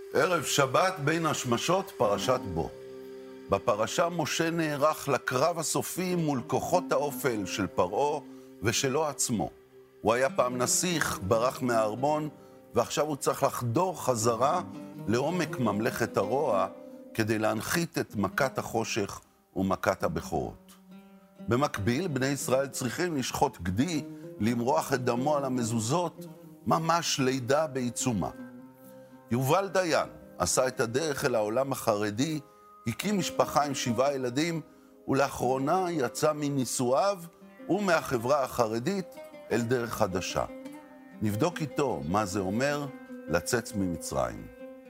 ערב שבת בין השמשות, פרשת בו. בפרשה משה נערך לקרב הסופי מול כוחות האופל של פרעה ושלו עצמו. הוא היה פעם נסיך, ברח מהארמון, ועכשיו הוא צריך לחדור חזרה לעומק ממלכת הרוע כדי להנחית את מכת החושך ומכת הבכורות. במקביל, בני ישראל צריכים לשחוט גדי, למרוח את דמו על המזוזות, ממש לידה בעיצומה. יובל דיין עשה את הדרך אל העולם החרדי, הקים משפחה עם 7 ילדים, ולאחרונה יצא מנישואיו ומהחברה החרדית אל דרך חדשה. נבדוק איתו מה זה אומר לצאת ממצרים.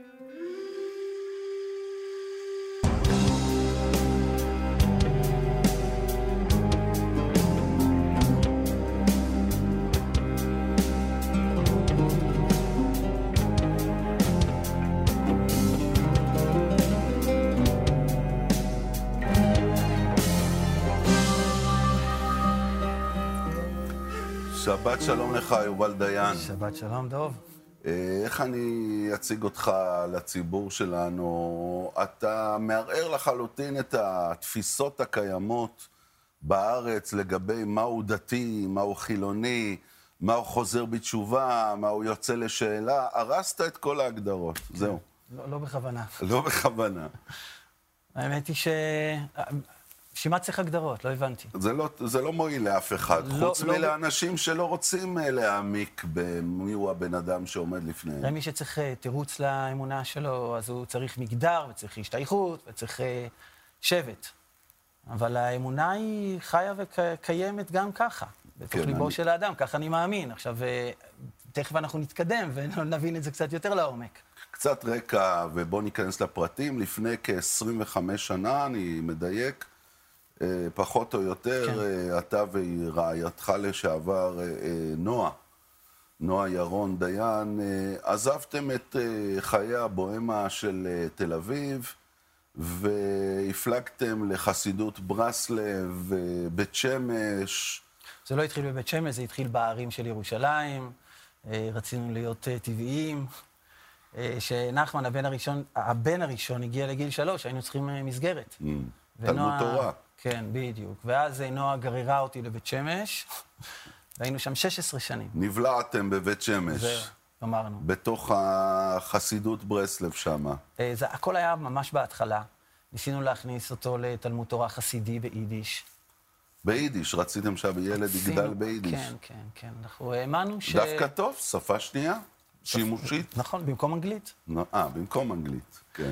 שבת שלום לך, יובל דיין. שבת שלום, דוב. איך אני אציג אותך לציבור שלנו? אתה מערער לחלוטין את התפיסות הקיימות בארץ לגבי מהו דתי, מהו חילוני, מהו חוזר בתשובה, מהו יוצא לשאלה. הרסת את כל ההגדרות, זהו. לא בכוונה. לא בכוונה. האמת היא שימה צריך הגדרות, לא הבנתי. זה לא מועיל לאף אחד, חוץ מלאנשים שלא רוצים להעמיק במי הוא הבן אדם שעומד לפניהם. מי שצריך תירוץ לאמונה שלו, אז הוא צריך מגדר, וצריך השתייכות, וצריך שבט. אבל האמונה היא חיה וקיימת גם ככה, בתוך ליבו של האדם, ככה אני מאמין. עכשיו, תכף אנחנו נתקדם ונבין את זה קצת יותר לעומק. קצת רקע, ובוא ניכנס לפרטים. לפני כ-25 שנה, אני מדייק, פחות או יותר, כן. אתה ורעייתך לשעבר, נועה ירון דיין, עזבתם את חיי הבוהמה של תל אביב, והפלגתם לחסידות ברסלב, בית שמש. זה לא התחיל בבית שמש, זה התחיל בערים של ירושלים, רצינו להיות טבעיים. שנחמן, הבן הראשון הגיע לגיל 3, היינו צריכים מסגרת. תלמוד תורה. כן, בדיוק. ואז נועה גררה אותי לבית שמש, והיינו שם 16 שנים. נבלעתם בבית שמש. זהו, אמרנו. בתוך החסידות ברסלב שמה. הכל היה ממש בהתחלה. ניסינו להכניס אותו לתלמוד תורה חסידי ביידיש. ביידיש, רציתם שהילד יגדל ביידיש. כן, כן, כן. אנחנו האמנו דווקא טוב, שפה שנייה, שימושית. נכון, במקום אנגלית. במקום אנגלית, כן.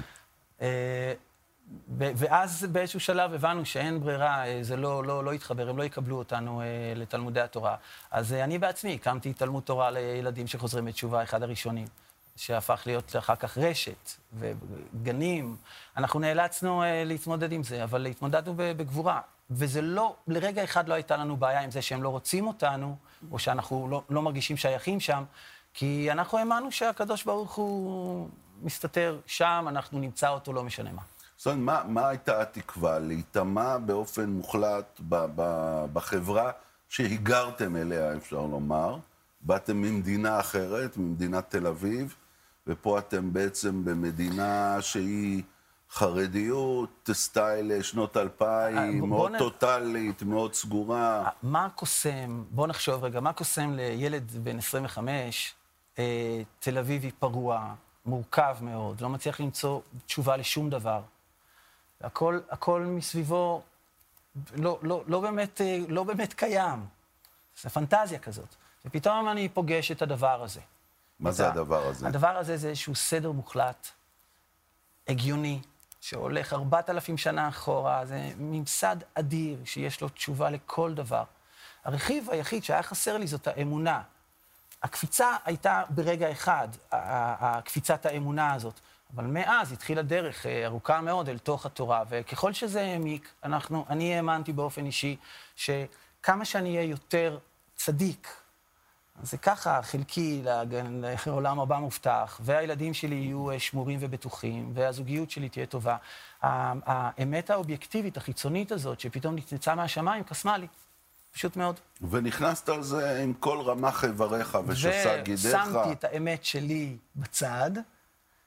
ואז באיזשהו שלב הבנו שאין ברירה, זה לא יתחבר, הם לא יקבלו אותנו לתלמודי התורה. אז אני בעצמי הקמתי תלמוד תורה לילדים שחוזרים בתשובה, אחד הראשונים, שהפך להיות אחר כך רשת וגנים. אנחנו נאלצנו להתמודד עם זה, אבל התמודדנו בגבורה. וזה לרגע אחד לא הייתה לנו בעיה עם זה שהם לא רוצים אותנו, או שאנחנו לא מרגישים שייכים שם, כי אנחנו האמנו שהקדוש ברוך הוא מסתתר שם, אנחנו נמצא אותו, לא משנה מה. זאת אומרת, מה הייתה התקווה? להיטמע באופן מוחלט בחברה שהיגרתם אליה, אפשר לומר. באתם ממדינה אחרת, ממדינת תל אביב, ופה אתם בעצם במדינה שהיא חרדיות, סטייל שנות 2000, מאוד טוטלית, מאוד סגורה. מה קוסם, בוא נחשוב רגע, מה קוסם לילד בן 25, תל אביבי פרוע, מורכב מאוד, לא מצליח למצוא תשובה לשום דבר. הכל מסביבו לא באמת קיים. זה פנטזיה כזאת. ופתאום אני פוגש את הדבר הזה. מה זה הדבר הזה? הדבר הזה זה איזשהו סדר מוחלט, הגיוני, שהולך 4,000 שנה אחורה, זה ממסד אדיר שיש לו תשובה לכל דבר. הרכיב היחיד שהיה חסר לי זאת האמונה. הקפיצה הייתה ברגע אחד, הקפיצת האמונה הזאת. אבל מאז התחילה דרך ארוכה מאוד אל תוך התורה, וככל שזה העמיק, אני האמנתי באופן אישי, שכמה שאני אהיה יותר צדיק, אז זה ככה חלקי לעולם הבא מובטח, והילדים שלי יהיו שמורים ובטוחים, והזוגיות שלי תהיה טובה. האמת האובייקטיבית, החיצונית הזאת, שפתאום נצא מהשמיים, קסמה לי. פשוט מאוד. ונכנסת על זה עם כל רמ"ח איבריך ושס"ה גידיך. ושמתי את האמת שלי בצד,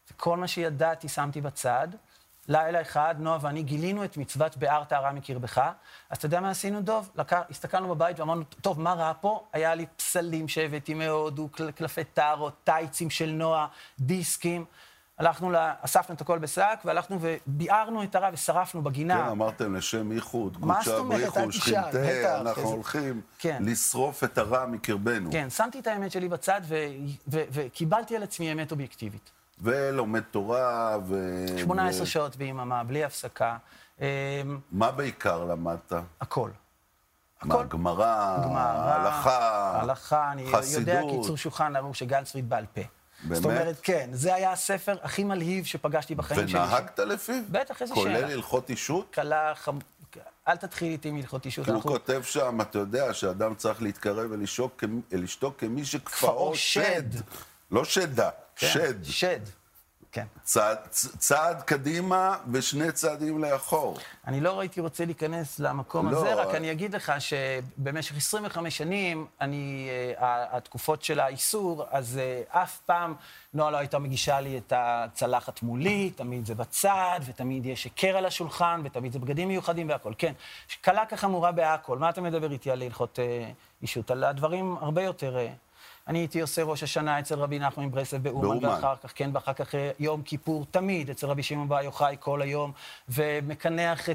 כל מה שידעתי שמתי בצד. לילה אחד, נועה ואני גילינו את מצוות ביער טהרה מקרבך. אז אתה יודע מה עשינו, דוב? הסתכלנו בבית ואמרנו, טוב, מה רע פה? היה לי פסלים שהבאתי מהודו, קלפי טהרות, טייצים של נועה, דיסקים. אספנו את הכל בשק, והלכנו וביערנו את הרע ושרפנו בגינה. כן, אמרתם לשם ייחוד, מה זאת אומרת? אל תשאל, בטח. אנחנו הולכים לשרוף את הרע מקרבנו. כן, שמתי את האמת שלי בצד וקיבלתי על עצמי אמת אובייקטיבית. ולומד תורה 18 שעות ביממה, בלי הפסקה. מה בעיקר למדת? הכל. מה, גמרא, הלכה, הלכה, אני יודע קיצור שולחן ערוך של גלדפריד בעל פה. באמת? זאת אומרת, כן, זה היה הספר הכי מלהיב שפגשתי בחיים שלי. ונהגת לפיו? בטח, איזה שאלה. כולל הלכות אישות? אל תתחיל איתי מהלכות אישות. כי הוא כותב שם, אתה יודע, שאדם צריך להתקרב אל אשתו כמי שכפאו שד. לא שדה, שד. שד, כן. צעד קדימה ושני צעדים לאחור. אני לא הייתי רוצה להיכנס למקום הזה, רק אני אגיד לך שבמשך 25 שנים, התקופות של האיסור, אז אף פעם נועה לא הייתה מגישה לי את הצלחת מולי, תמיד זה בצד, ותמיד יש שקר על השולחן, ותמיד זה בגדים מיוחדים והכל. כן, קלה כחמורה בהכל. מה אתה מדבר איתי על הלכות אישות? על הדברים הרבה יותר... אני הייתי עושה ראש השנה אצל רבי נחמן מברסלב באומן, ואחר כך, כן, ואחר כך יום כיפור תמיד אצל רבי שמעון בר יוחאי כל היום, ומקנח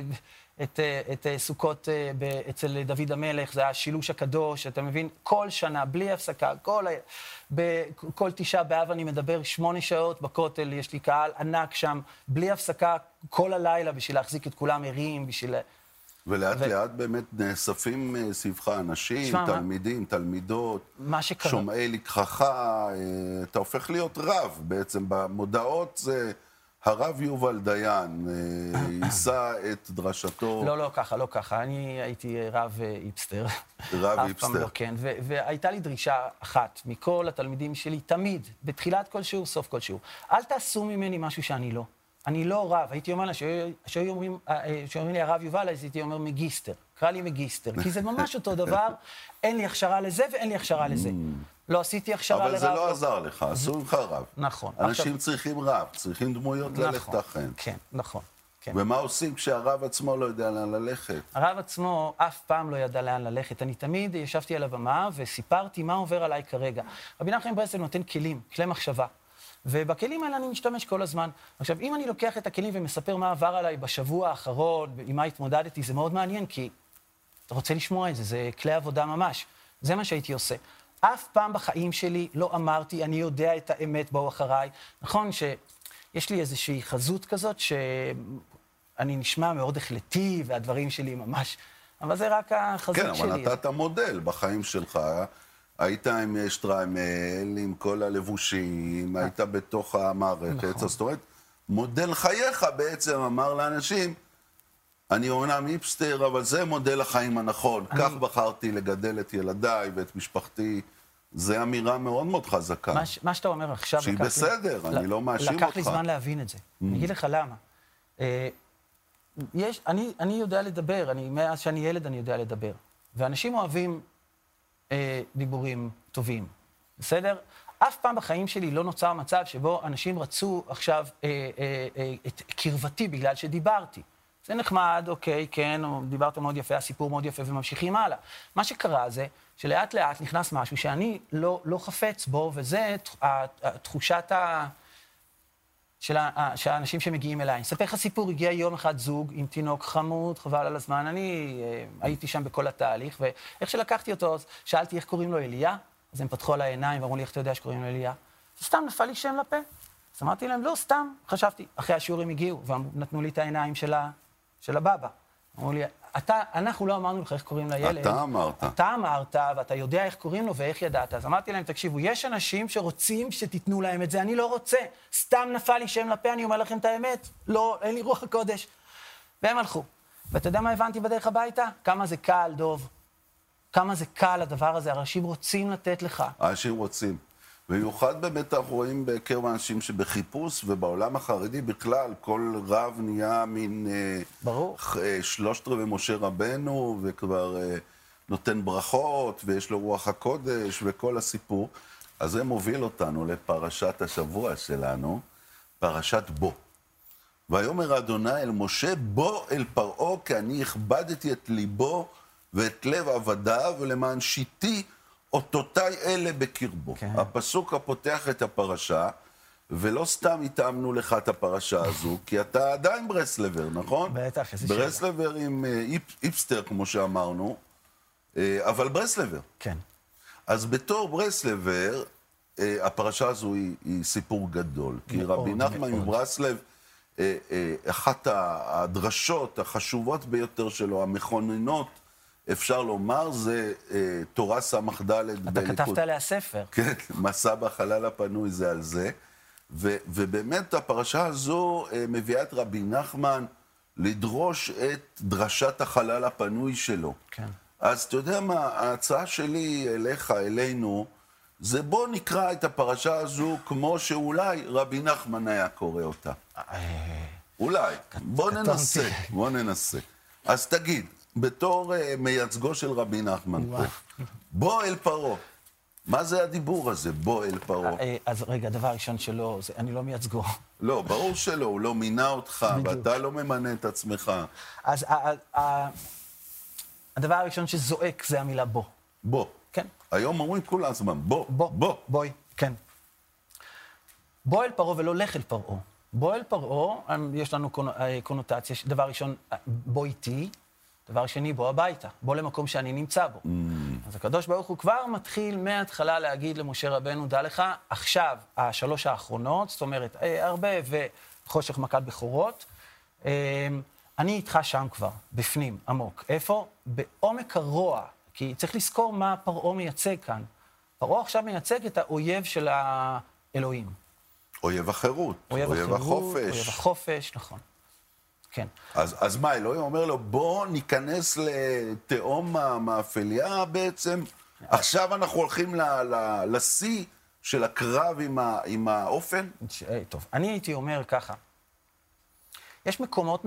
את סוכות אצל דוד המלך, זה השילוש הקדוש, אתה מבין? כל שנה, בלי הפסקה, כל תשעה באב אני מדבר 8 שעות בכותל, יש לי קהל ענק שם, בלי הפסקה כל הלילה, בשביל להחזיק את כולם ערים, בשביל... ולאט לאט באמת נאספים סביבך אנשים, תלמידים, תלמידות, שומעי לקחך, אתה הופך להיות רב בעצם. במודעות זה הרב יובל דיין, יישא את דרשתו. לא ככה, לא ככה. אני הייתי רב איפסטר. רב איפסטר. לא, כן. והייתה לי דרישה אחת מכל התלמידים שלי, תמיד, בתחילת כל שיעור, סוף כל שיעור. אל תעשו ממני משהו שאני לא. אני לא רב, הייתי אומר לה, שהיו אומרים לי הרב יובל, אז הייתי אומר מגיסטר, קרא לי מגיסטר, כי זה ממש אותו דבר, אין לי הכשרה לזה ואין לי הכשרה לזה. לא עשיתי הכשרה לרב. אבל זה לא עזר לך, עשו לך רב. נכון. אנשים צריכים רב, צריכים דמויות ללכת אחריהם. כן, נכון. ומה עושים כשהרב עצמו לא יודע לאן ללכת? הרב עצמו אף פעם לא ידע לאן ללכת. אני תמיד ישבתי על הבמה וסיפרתי מה עובר עליי כרגע. רבי נחמן מברסלב נותן כלים, כלי מחשבה. ובכלים האלה אני משתמש כל הזמן. עכשיו, אם אני לוקח את הכלים ומספר מה עבר עליי בשבוע האחרון, עם מה התמודדתי, זה מאוד מעניין, כי אתה רוצה לשמוע את זה, זה כלי עבודה ממש. זה מה שהייתי עושה. אף פעם בחיים שלי לא אמרתי, אני יודע את האמת, בואו אחריי. נכון שיש לי איזושהי חזות כזאת, שאני נשמע מאוד החלטי, והדברים שלי ממש... אבל זה רק החזות שלי. כן, אבל נתת מודל בחיים שלך. היית עם שטריימל, עם כל הלבושים, היית בתוך המערכת. זאת אומרת, מודל חייך בעצם אמר לאנשים, אני אומנם היפסטר, אבל זה מודל החיים הנכון. כך בחרתי לגדל את ילדיי ואת משפחתי. זו אמירה מאוד מאוד חזקה. מה שאתה אומר עכשיו... שהיא בסדר, אני לא מאשים אותך. לקח לי זמן להבין את זה. אני אגיד לך למה. אני יודע לדבר, מאז שאני ילד אני יודע לדבר. ואנשים אוהבים דיבורים טובים, בסדר? אף פעם בחיים שלי לא נוצר מצב שבו אנשים רצו עכשיו את קרבתי בגלל שדיברתי. זה נחמד, אוקיי, כן, דיברת מאוד יפה, הסיפור מאוד יפה וממשיכים הלאה. מה שקרה זה שלאט לאט נכנס משהו שאני לא חפץ בו, וזה תחושת שהאנשים שמגיעים אליי. אני אספר לך סיפור, הגיע יום אחד זוג עם תינוק חמוד, חבל על הזמן, אני הייתי שם בכל התהליך, ואיך שלקחתי אותו, שאלתי איך קוראים לו אליה, אז הם פתחו על העיניים ואמרו לי, איך אתה יודע שקוראים לו אליה? סתם נפל לי שם לפה. אז אמרתי להם, לא, סתם, חשבתי. אחרי השיעורים הגיעו, ונתנו לי את העיניים של הבבא. אמרו לי, אנחנו לא אמרנו לך איך קוראים לילד. אתה אמרת. אתה אמרת, ואתה יודע איך קוראים לו ואיך ידעת. אז אמרתי להם, תקשיבו, יש אנשים שרוצים שתיתנו להם את זה, אני לא רוצה. סתם נפל לי שם לפה, אני אומר לכם את האמת. לא, אין לי רוח הקודש. והם הלכו. ואתה יודע מה הבנתי בדרך הביתה? כמה זה קל, דוב. כמה זה קל הדבר הזה. אנשים רוצים לתת לך. אנשים רוצים. במיוחד באמת אנחנו רואים בקרב האנשים שבחיפוש, ובעולם החרדי בכלל, כל רב נהיה מין... ברור. 3/4 משה רבנו, וכבר נותן ברכות, ויש לו רוח הקודש, וכל הסיפור. אז זה מוביל אותנו לפרשת השבוע שלנו, פרשת בו. ויאמר אדוני אל משה, בוא אל פרעה, כי אני הכבדתי את ליבו ואת לב עבדיו, ולמען שיתי אותותיי אלה בקרבו. כן. הפסוק הפותח את הפרשה, ולא סתם התאמנו לך את הפרשה הזו, כי אתה עדיין ברסלבר, נכון? בטח, איזה שאלה. ברסלבר עם איפסטר, כמו שאמרנו, אבל ברסלבר. כן. אז בתור ברסלבר, הפרשה הזו היא סיפור גדול. כי מאוד, רבי נחמן מאוד. מברסלב, אחת הדרשות החשובות ביותר שלו, המכוננות, אפשר לומר, זה תורה סמ"ד. אתה כתבת עליה ספר. כן, מסע בחלל הפנוי זה על זה. ובאמת הפרשה הזו מביאה את רבי נחמן לדרוש את דרשת החלל הפנוי שלו. כן. אז אתה יודע מה, ההצעה שלי אליך, אלינו, זה בוא נקרא את הפרשה הזו כמו שאולי רבי נחמן היה קורא אותה. אולי. בוא ננסה, בוא ננסה. אז תגיד, בתור מייצגו של רבי נחמן פה, בוא אל פרעה. מה זה הדיבור הזה, בוא אל פרעה? אז רגע, דבר ראשון שלו, אני לא מייצגו. לא, ברור שלא, הוא לא מינה אותך, ואתה לא ממנה את עצמך. אז הדבר הראשון שזועק זה המילה בוא. בוא. כן. היום אומרים כל הזמן, בוא, בוא. בואי, כן. בוא אל פרעה ולא לך אל פרעה. בוא אל פרעה, יש לנו קונוטציה, דבר ראשון, בוא איתי, דבר שני, בוא הביתה, בוא למקום שאני נמצא בו. אז הקדוש ברוך הוא כבר מתחיל מההתחלה להגיד למשה רבנו, דע לך, עכשיו, השלוש האחרונות, זאת אומרת, הרבה וחושך מכת בכורות, אני איתך שם כבר, בפנים, עמוק. איפה? בעומק הרוע, כי צריך לזכור מה פרעה מייצג כאן. פרעה עכשיו מייצג את האויב של האלוהים. אויב החירות, אויב החופש. אויב החופש, נכון. כן. אז מה, אלוהים אומר לו, בוא ניכנס לתהום המאפליה בעצם. עכשיו אנחנו הולכים לשיא של הקרב עם האופן. טוב, אני הייתי אומר ככה. יש מקומות,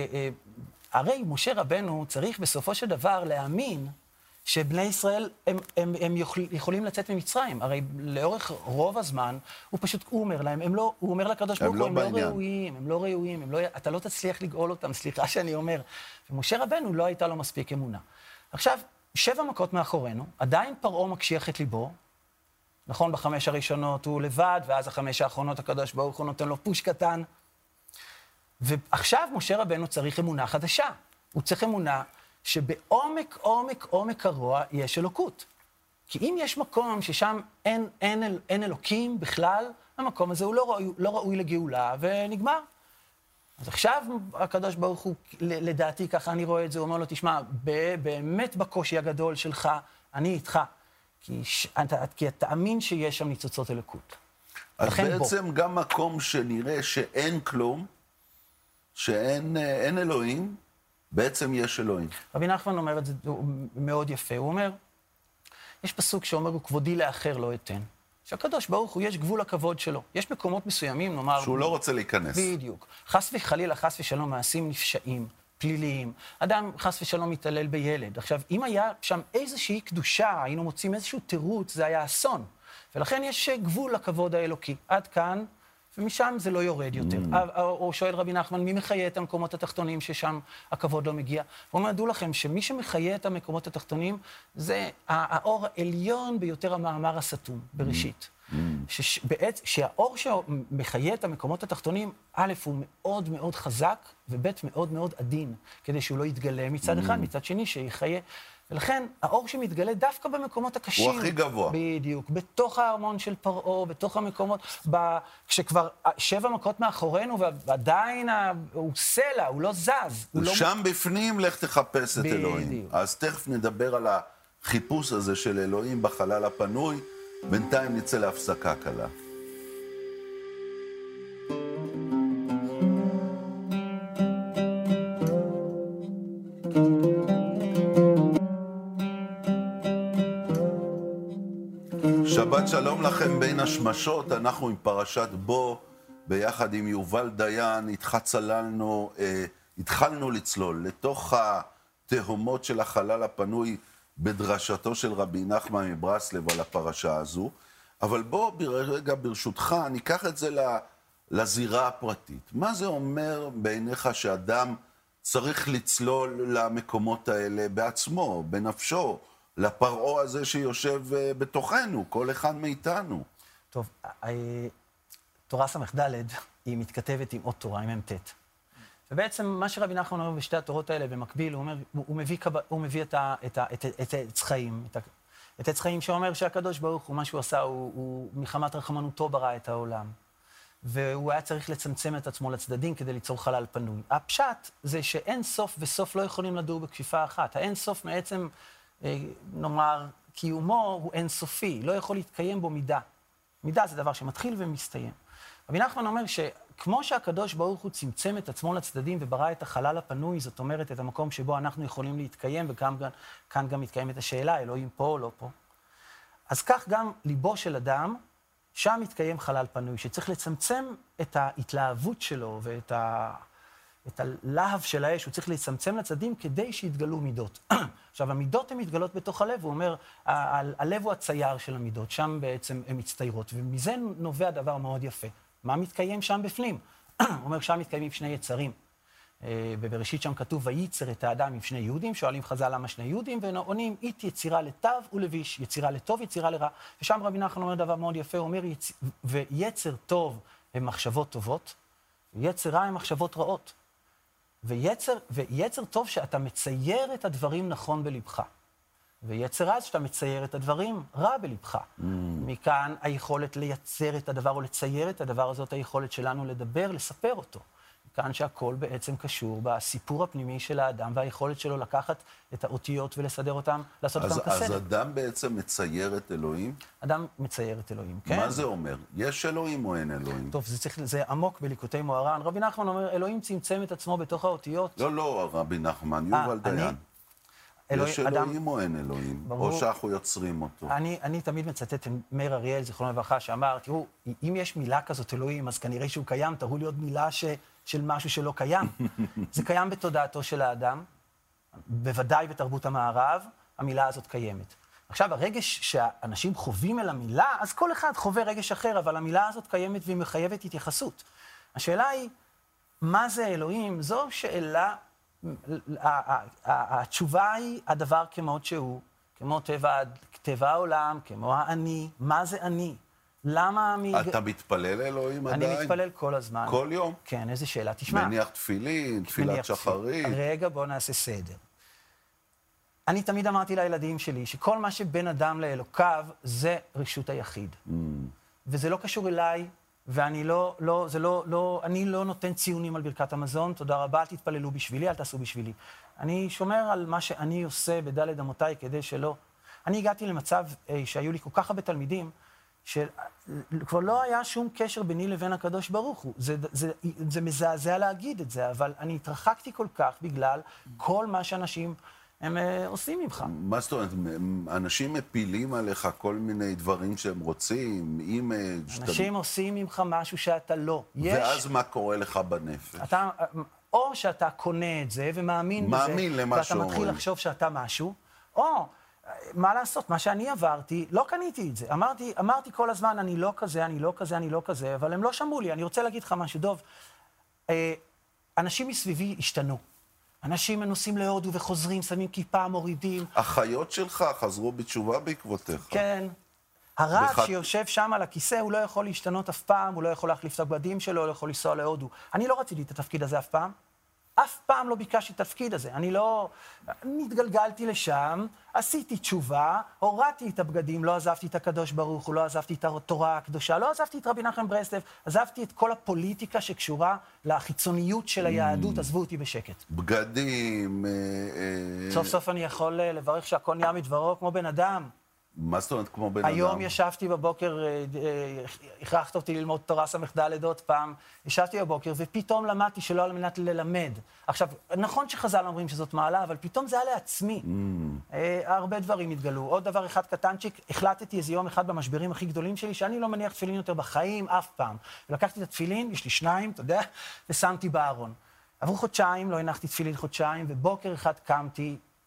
הרי משה רבנו צריך בסופו של דבר להאמין שבני ישראל הם יכולים לצאת ממצרים. הרי לאורך רוב הזמן, הוא אומר להם, הוא אומר לקדוש ברוך הוא, הם לא ראויים, אתה לא תצליח לגאול אותם, סליחה שאני אומר. ומשה רבנו לא הייתה לו מספיק אמונה. עכשיו, 7 מכות מאחורינו, עדיין פרעה מקשיח את ליבו, נכון, ב5 הראשונות הוא לבד, ואז 5 האחרונות הקדוש ברוך הוא נותן לו פוש קטן. ועכשיו משה רבנו צריך אמונה חדשה. הוא צריך אמונה שבעומק, עומק הרוע יש אלוקות. כי אם יש מקום ששם אין אלוקים בכלל, המקום הזה הוא לא ראוי לגאולה ונגמר. אז עכשיו הקדוש ברוך הוא, לדעתי, ככה אני רואה את זה, הוא אומר לו, תשמע, באמת בקושי הגדול שלך, אני איתך. כי אתה תאמין שיש שם ניצוצות אלוקות. אז בעצם גם מקום שנראה שאין כלום, שאין אלוהים, בעצם יש אלוהים. רבי נחמן אומר את זה מאוד יפה. הוא אומר, יש פסוק שאומר, הוא כבודי לאחר לא אתן. שהקדוש ברוך הוא, יש גבול הכבוד שלו. יש מקומות מסוימים, נאמר... שהוא לא רוצה להיכנס. בדיוק. חס וחלילה, חס ושלום, מעשים נפשעים, פליליים. אדם חס ושלום מתעלל בילד. עכשיו, אם היה שם איזושהי קדושה, היינו מוצאים איזשהו תירוץ, זה היה אסון. ולכן יש גבול לכבוד האלוקי. עד כאן, ומשם זה לא יורד יותר. או שואל רבי נחמן, מי מחיה את המקומות התחתונים ששם הכבוד לא מגיע? הוא אומר, דעו לכם שמי שמחיה את המקומות התחתונים, זה האור העליון ביותר המאמר הסתום, בראשית. שהאור שמחיה את המקומות התחתונים, א', הוא מאוד מאוד חזק, וב', מאוד מאוד עדין, כדי שהוא לא יתגלה מצד אחד, מצד שני, שיחיה. ולכן, האור שמתגלה דווקא במקומות הקשים... הוא הכי גבוה. בדיוק. בתוך הארמון של פרעה, בתוך המקומות... כשכבר 7 מכות מאחורינו, ועדיין הוא סלע, הוא לא זז. שם בפנים, לך תחפש את אלוהים. אז תכף נדבר על החיפוש הזה של אלוהים בחלל הפנוי. בינתיים נצא להפסקה קלה. שבת שלום לכם בין השמשות, אנחנו עם פרשת בו, ביחד עם יובל דיין, התחלנו לצלול לתוך התהומות של החלל הפנוי בדרשתו של רבי נחמן מברסלב על הפרשה הזו, אבל בוא רגע ברשותך, ניקח את זה לזירה הפרטית. מה זה אומר בעיניך שאדם צריך לצלול למקומות האלה בעצמו, בנפשו, לפרעה הזה שיושב בתוכנו, כל אחד מאיתנו? טוב, תורה ס"ד היא מתכתבת עם עוד תורה, עם מ"ט. ובעצם מה שרבי נחמן אומר בשתי התורות האלה במקביל, הוא מביא את עץ חיים, את עץ חיים שאומר שהקדוש ברוך הוא, מה שהוא עשה, הוא מחמת רחמנותו ברא את העולם. והוא היה צריך לצמצם את עצמו לצדדים כדי ליצור חלל פנוי. הפשט זה שאין סוף וסוף לא יכולים לדור בכפיפה אחת. האין סוף מעצם, נאמר, קיומו הוא אין סופי, לא יכול להתקיים בו מידה. מידה זה דבר שמתחיל ומסתיים. רבי נחמן אומר שכמו שהקדוש ברוך הוא צמצם את עצמו לצדדים וברא את החלל הפנוי, זאת אומרת את המקום שבו אנחנו יכולים להתקיים, וכאן גם מתקיימת השאלה, אלוהים פה או לא פה. אז כך גם ליבו של אדם, שם מתקיים חלל פנוי, שצריך לצמצם את ההתלהבות שלו ואת הלהב של האש, הוא צריך לצמצם לצדדים כדי שיתגלו מידות. עכשיו, המידות הן מתגלות בתוך הלב, הוא אומר, הלב הוא הצייר של המידות, שם בעצם הן מצטיירות, ומזה נובע דבר מאוד יפה. מה מתקיים שם בפנים? הוא אומר, שם מתקיימים שני יצרים. בבראשית שם כתוב, וייצר את האדם עם שני יהודים, שואלים חז"ל למה שני יהודים, ועונים, אית יצירה לטוב ולביש, יצירה לטוב, יצירה לרע. ושם רבי נחמן אומר דבר מאוד יפה, הוא אומר, ויצר טוב הם מחשבות טובות, ויצר רע הם מחשבות רעות. ויצר טוב שאתה מצייר את הדברים נכון בלבך. ויצר רע שאתה מצייר את הדברים רע בלבך. מכאן היכולת לייצר את הדבר או לצייר את הדבר הזאת, היכולת שלנו לדבר, לספר אותו. כאן שהכל בעצם קשור בסיפור הפנימי של האדם והיכולת שלו לקחת את האותיות ולסדר אותם, לעשות אותם כסדר. אז אדם בעצם מצייר את אלוהים? אדם מצייר את אלוהים, כן. מה זה אומר? יש אלוהים או אין אלוהים? טוב, זה עמוק בליקוטי מוהר"ן. רבי נחמן אומר, אלוהים צמצם את עצמו בתוך האותיות. לא, רבי נחמן, יובל דיין. יש אלוהים או אין אלוהים? או שאנחנו יוצרים אותו? אני תמיד מצטט את מאיר אריאל, זיכרונו לברכה, שאמר, תראו, אם יש מילה כזאת אלוהים, אז כנראה שהוא קיים, תראו לי עוד מילה של משהו שלא קיים. זה קיים בתודעתו של האדם, בוודאי בתרבות המערב, המילה הזאת קיימת. עכשיו, הרגש שאנשים חווים אל המילה, אז כל אחד חווה רגש אחר, אבל המילה הזאת קיימת והיא מחייבת התייחסות. השאלה היא, מה זה אלוהים? זו שאלה, התשובה היא הדבר כמות שהוא, כמו טבע העולם, כמו האני, מה זה אני? למה אתה מתפלל אלוהים עדיין? אני מתפלל כל הזמן. כל יום? כן, איזה שאלה. תשמע. מניח תפילין, תפילת שחרית. רגע, בוא נעשה סדר. אני תמיד אמרתי לילדים שלי שכל מה שבין אדם לאלוקיו זה רשות היחיד. וזה לא קשור אליי, ואני אני לא נותן ציונים על ברכת המזון, תודה רבה, אל תתפללו בשבילי, אל תעשו בשבילי. אני שומר על מה שאני עושה בדלת אמותיי כדי שלא. אני הגעתי למצב שהיו לי כל כך הרבה תלמידים, שכבר לא היה שום קשר ביני לבין הקדוש ברוך הוא. זה מזעזע להגיד את זה, אבל אני התרחקתי כל כך בגלל כל מה שאנשים הם עושים ממך. מה זאת אומרת? אנשים מפילים עליך כל מיני דברים שהם רוצים, אנשים עושים ממך משהו שאתה לא. ואז מה קורה לך בנפש? או שאתה קונה את זה ומאמין בזה, מאמין למה שאומרים. ואתה מתחיל לחשוב שאתה משהו, או מה לעשות, מה שאני עברתי, לא קניתי את זה. אמרתי כל הזמן, אני לא כזה, אני לא כזה, אני לא כזה, אבל הם לא שמעו לי. אני רוצה להגיד לך משהו, דוב. אנשים מסביבי השתנו. אנשים מנוסים להודו וחוזרים, שמים כיפה, מורידים. החיות שלך חזרו בתשובה בעקבותיך. כן. הרב שיושב שם על הכיסא, הוא לא יכול להשתנות אף פעם, הוא לא יכול להחליף את הבגדים שלו, הוא לא יכול לנסוע להודו. אני לא רציתי את התפקיד הזה אף פעם. אף פעם לא ביקשתי את התפקיד הזה. אני התגלגלתי לשם, עשיתי תשובה, הורדתי את הבגדים, לא עזבתי את הקדוש ברוך הוא, לא עזבתי את התורה הקדושה, לא עזבתי את רבי נחמן ברסלב, עזבתי את כל הפוליטיקה שקשורה לחיצוניות של היהדות, עזבו אותי בשקט. בגדים... סוף סוף אני יכול לברך שהכל נהיה מדברו כמו בן אדם. מה זאת אומרת כמו בן אדם? היום ישבתי בבוקר, הכרחת אותי ללמוד תורה ס"ד עוד פעם, ישבתי בבוקר ופתאום למדתי שלא על מנת ללמד. עכשיו, נכון שחז"ל אומרים שזאת מעלה, אבל פתאום זה היה לעצמי. הרבה דברים התגלו. עוד דבר אחד קטנצ'יק, החלטתי איזה יום אחד במשברים הכי גדולים שלי, שאני לא מניח תפילין יותר בחיים, אף פעם. ולקחתי את התפילין, יש לי 2, אתה יודע, ושמתי בארון. עברו חודשיים, לא הנחתי תפילין חודשיים, ובוקר אחד קמתי,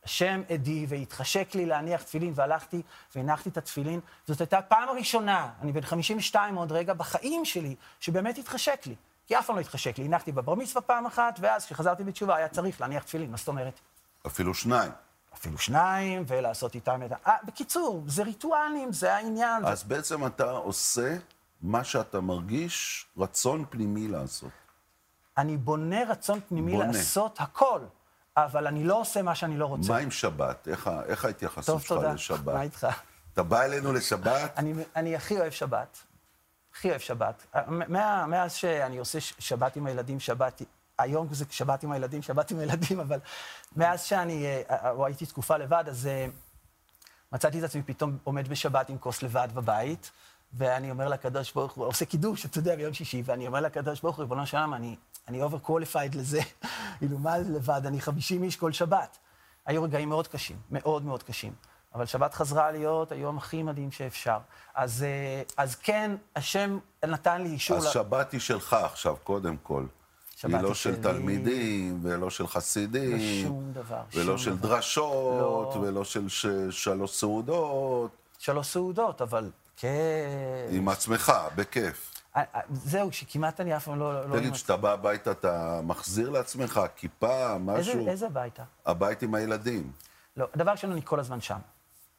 השם עדי, והתחשק לי להניח תפילין, והלכתי והנחתי את התפילין. זאת הייתה הפעם הראשונה, אני בן 52 עוד רגע, בחיים שלי, שבאמת התחשק לי. כי אף פעם לא התחשק לי. הנחתי בבר מצווה פעם אחת, ואז כשחזרתי בתשובה היה צריך להניח תפילין. מה זאת אומרת? אפילו שניים. אפילו שניים, ולעשות איתם את בקיצור, זה ריטואלים, זה העניין. אז בעצם אתה עושה מה שאתה מרגיש רצון פנימי לעשות. אני בונה רצון פנימי לעשות הכל, אבל אני לא עושה מה שאני לא רוצה. מה עם שבת? איך ההתייחסות שלך לשבת? טוב, תודה. מה איתך? אתה בא אלינו לשבת? אני הכי אוהב שבת. הכי אוהב שבת. מאז שאני עושה שבת עם הילדים, היום זה שבת עם הילדים, אבל מאז הייתי תקופה לבד, אז מצאתי את עצמי פתאום עומד בשבת עם כוס לבד בבית, ואני אומר לקדוש ברוך הוא, עושה קידוש, אתה יודע, ביום שישי, ואני אומר לקדוש ברוך הוא, ריבונו של עולם, אני overqualified לזה, כאילו, מה לבד, אני 50 איש כל שבת. היו רגעים מאוד קשים, מאוד מאוד קשים, אבל שבת חזרה להיות היום הכי מדהים שאפשר. אז כן, השם נתן לי אישור... אז שבת היא שלך עכשיו, קודם כל. היא לא של תלמידים, ולא של חסידים, ושום דבר, ולא של דרשות, ולא של 3 סעודות. 3 סעודות, אבל כן... עם עצמך, בכיף. זהו, שכמעט אני אף פעם לא... תגיד, כשאתה בא הביתה, אתה מחזיר לעצמך כיפה, משהו? איזה ביתה? הבית עם הילדים. לא, הדבר ראשון, אני כל הזמן שם.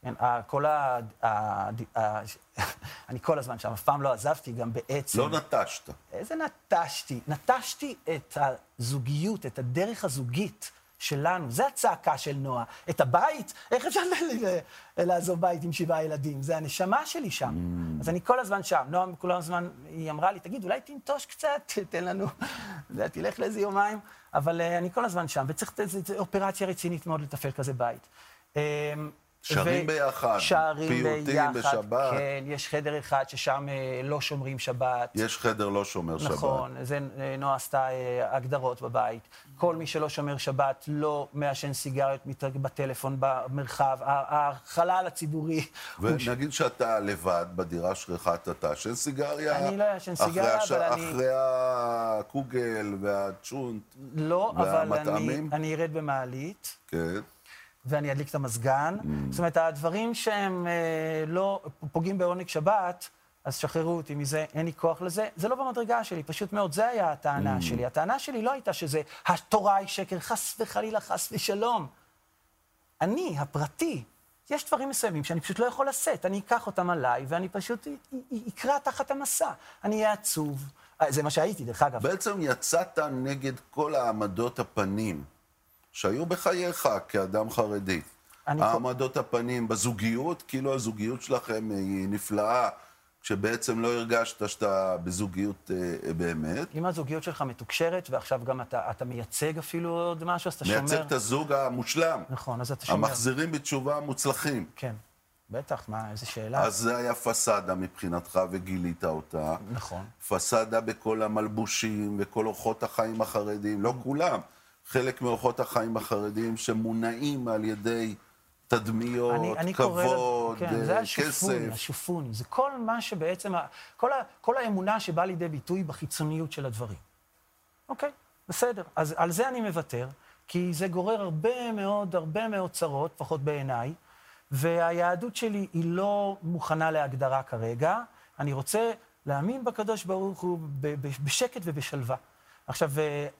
אני כל הזמן שם, אף פעם לא עזבתי, גם בעצם... לא נטשת. איזה נטשתי? נטשתי את הזוגיות, את הדרך הזוגית שלנו. זה הצעקה של נועה. את הבית, איך אפשר לעזוב בית עם 7 ילדים? זה הנשמה שלי שם. אז אני כל הזמן שם. נועה כל הזמן, היא אמרה לי, תגיד, אולי תנטוש קצת, תן לנו, תלך לאיזה יומיים. אבל אני כל הזמן שם, וצריך אופרציה רצינית מאוד לתפעל כזה בית. שרים ביחד, פיוטים בשבת. כן, יש חדר אחד ששם לא שומרים שבת. יש חדר לא שומר שבת. נכון, זה נועה עשתה הגדרות בבית. כל מי שלא שומר שבת לא מעשן סיגריות בטלפון במרחב, החלל הציבורי. ונגיד שאתה לבד בדירה שלך, אתה תעשן סיגריה? אני לא אעשן סיגריה, אבל אני... אחרי הקוגל והצ'ונט לא, אבל אני ארד במעלית. כן. ואני אדליק את המזגן. זאת אומרת, הדברים שהם לא פוגעים בעונג שבת, אז שחררו אותי מזה, אין לי כוח לזה. זה לא במדרגה שלי, פשוט מאוד, זה היה הטענה שלי. הטענה שלי לא הייתה שזה, התורה היא שקר, חס וחלילה, חס ושלום. אני, הפרטי, יש דברים מסוימים שאני פשוט לא יכול לשאת. אני אקח אותם עליי, ואני פשוט אקרא תחת המסע. אני אהיה עצוב. זה מה שהייתי, דרך אגב. בעצם יצאת נגד כל העמדות הפנים. שהיו בחייך כאדם חרדי. העמדות הפנים בזוגיות, כאילו הזוגיות שלכם היא נפלאה, שבעצם לא הרגשת שאתה בזוגיות באמת. אם הזוגיות שלך מתוקשרת, ועכשיו גם אתה מייצג אפילו עוד משהו, אז אתה שומר... מייצג את הזוג המושלם. נכון, אז אתה שומר. המחזירים בתשובה המוצלחים. כן, בטח, מה, איזה שאלה. אז זה היה פסדה מבחינתך וגילית אותה. נכון. פסדה בכל המלבושים וכל אורחות החיים החרדים, לא כולם. חלק מאורחות החיים החרדים שמונעים על ידי תדמיות, כבוד, כן, זה כסף. השופוני. זה כל מה שבעצם, כל האמונה שבאה לידי ביטוי בחיצוניות של הדברים. אוקיי, בסדר. אז על זה אני מוותר, כי זה גורר הרבה מאוד צרות, פחות בעיניי, והיהדות שלי היא לא מוכנה להגדרה כרגע. אני רוצה להאמין בקדוש ברוך הוא בשקט ובשלווה. עכשיו,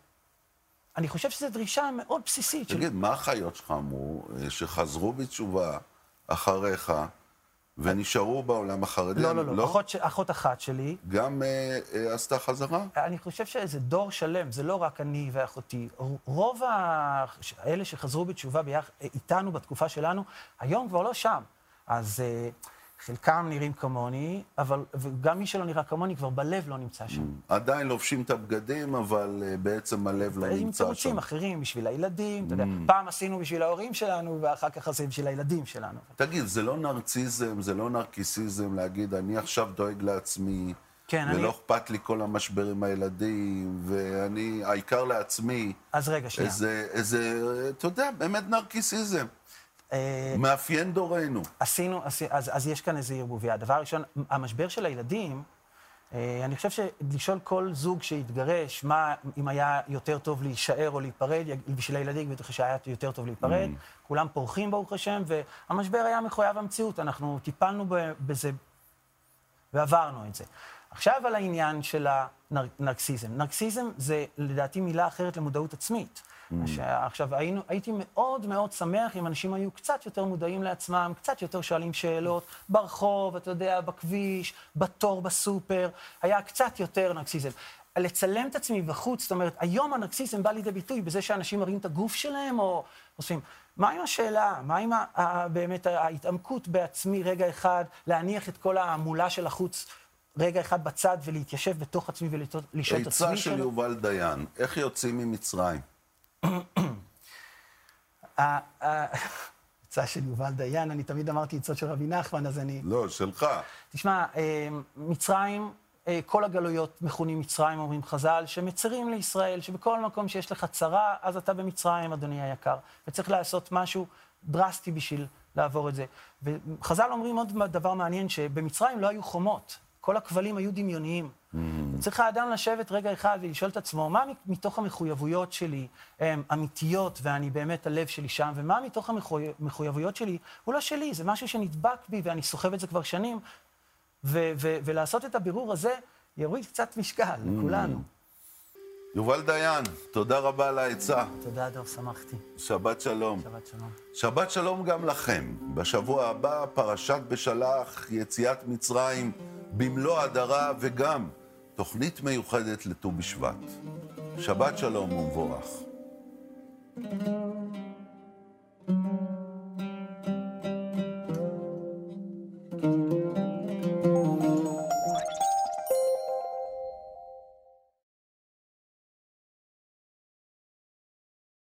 אני חושב שזו דרישה מאוד בסיסית. תגיד, מה החיות שלך אמרו שחזרו בתשובה אחריך ונשארו בעולם החרדי? לא. אחות אחת שלי. גם עשתה חזרה? אני חושב שזה דור שלם, זה לא רק אני ואחותי. רוב האלה שחזרו בתשובה איתנו בתקופה שלנו, היום כבר לא שם. אז חלקם נראים כמוני, אבל גם מי שלא נראה כמוני כבר בלב לא נמצא שם. עדיין לובשים את הבגדים, אבל בעצם הלב לא נמצא שם. עם תירוצים אחרים בשביל הילדים, אתה יודע, פעם עשינו בשביל ההורים שלנו, ואחר כך עשינו בשביל הילדים שלנו. תגיד, זה לא נרציזם, זה לא נרקיסיזם להגיד, אני עכשיו דואג לעצמי, ולא אכפת לי כל המשבר עם הילדים, ואני, העיקר לעצמי. אז רגע, שנייה. אתה יודע, באמת נרקיסיזם. מאפיין דורנו. אז יש כאן איזו ערבוביה. הדבר הראשון, המשבר של הילדים, אני חושב שלשאול כל זוג שהתגרש, מה אם היה יותר טוב להישאר או להיפרד, בשביל הילדים בטח שהיה יותר טוב להיפרד, כולם פורחים ברוך השם, והמשבר היה מחויב המציאות, אנחנו טיפלנו בזה ועברנו את זה. עכשיו על העניין של הנרקסיזם. נרקסיזם זה לדעתי מילה אחרת למודעות עצמית. עכשיו, הייתי מאוד מאוד שמח אם אנשים היו קצת יותר מודעים לעצמם, קצת יותר שואלים שאלות, ברחוב, אתה יודע, בכביש, בתור, בסופר, היה קצת יותר נרקסיזם. לצלם את עצמי בחוץ, זאת אומרת, היום הנרקסיזם בא לידי ביטוי בזה שאנשים מראים את הגוף שלהם, או עושים, מה עם השאלה? מה עם באמת ההתעמקות בעצמי רגע אחד, להניח את כל המולה של החוץ רגע אחד בצד ולהתיישב בתוך עצמי ולשאול את עצמי? עצה של יובל דיין, איך יוצאים ממצרים? עצה של יובל דיין, אני תמיד אמרתי עצות של רבי נחמן, אז אני... לא, שלך. תשמע, מצרים, כל הגלויות מכונים מצרים, אומרים חז"ל, שמצרים לישראל, שבכל מקום שיש לך צרה, אז אתה במצרים, אדוני היקר. וצריך לעשות משהו דרסטי בשביל לעבור את זה. וחז"ל אומרים עוד דבר מעניין, שבמצרים לא היו חומות. כל הכבלים היו דמיוניים. צריך האדם לשבת רגע אחד ולשאול את עצמו, מה מתוך המחויבויות שלי הם אמיתיות, ואני באמת הלב שלי שם, ומה מתוך המחויבויות שלי הוא לא שלי, זה משהו שנדבק בי, ואני סוחב את זה כבר שנים, ולעשות את הבירור הזה יוריד קצת משקל לכולנו. יובל דיין, תודה רבה על העצה. תודה, דוב, שמחתי. שבת שלום. שבת שלום. שבת שלום גם לכם. בשבוע הבא, פרשת בשלח, יציאת מצרים, במלוא הדרה, וגם תוכנית מיוחדת לט"ו בשבט. שבת שלום ומבורך.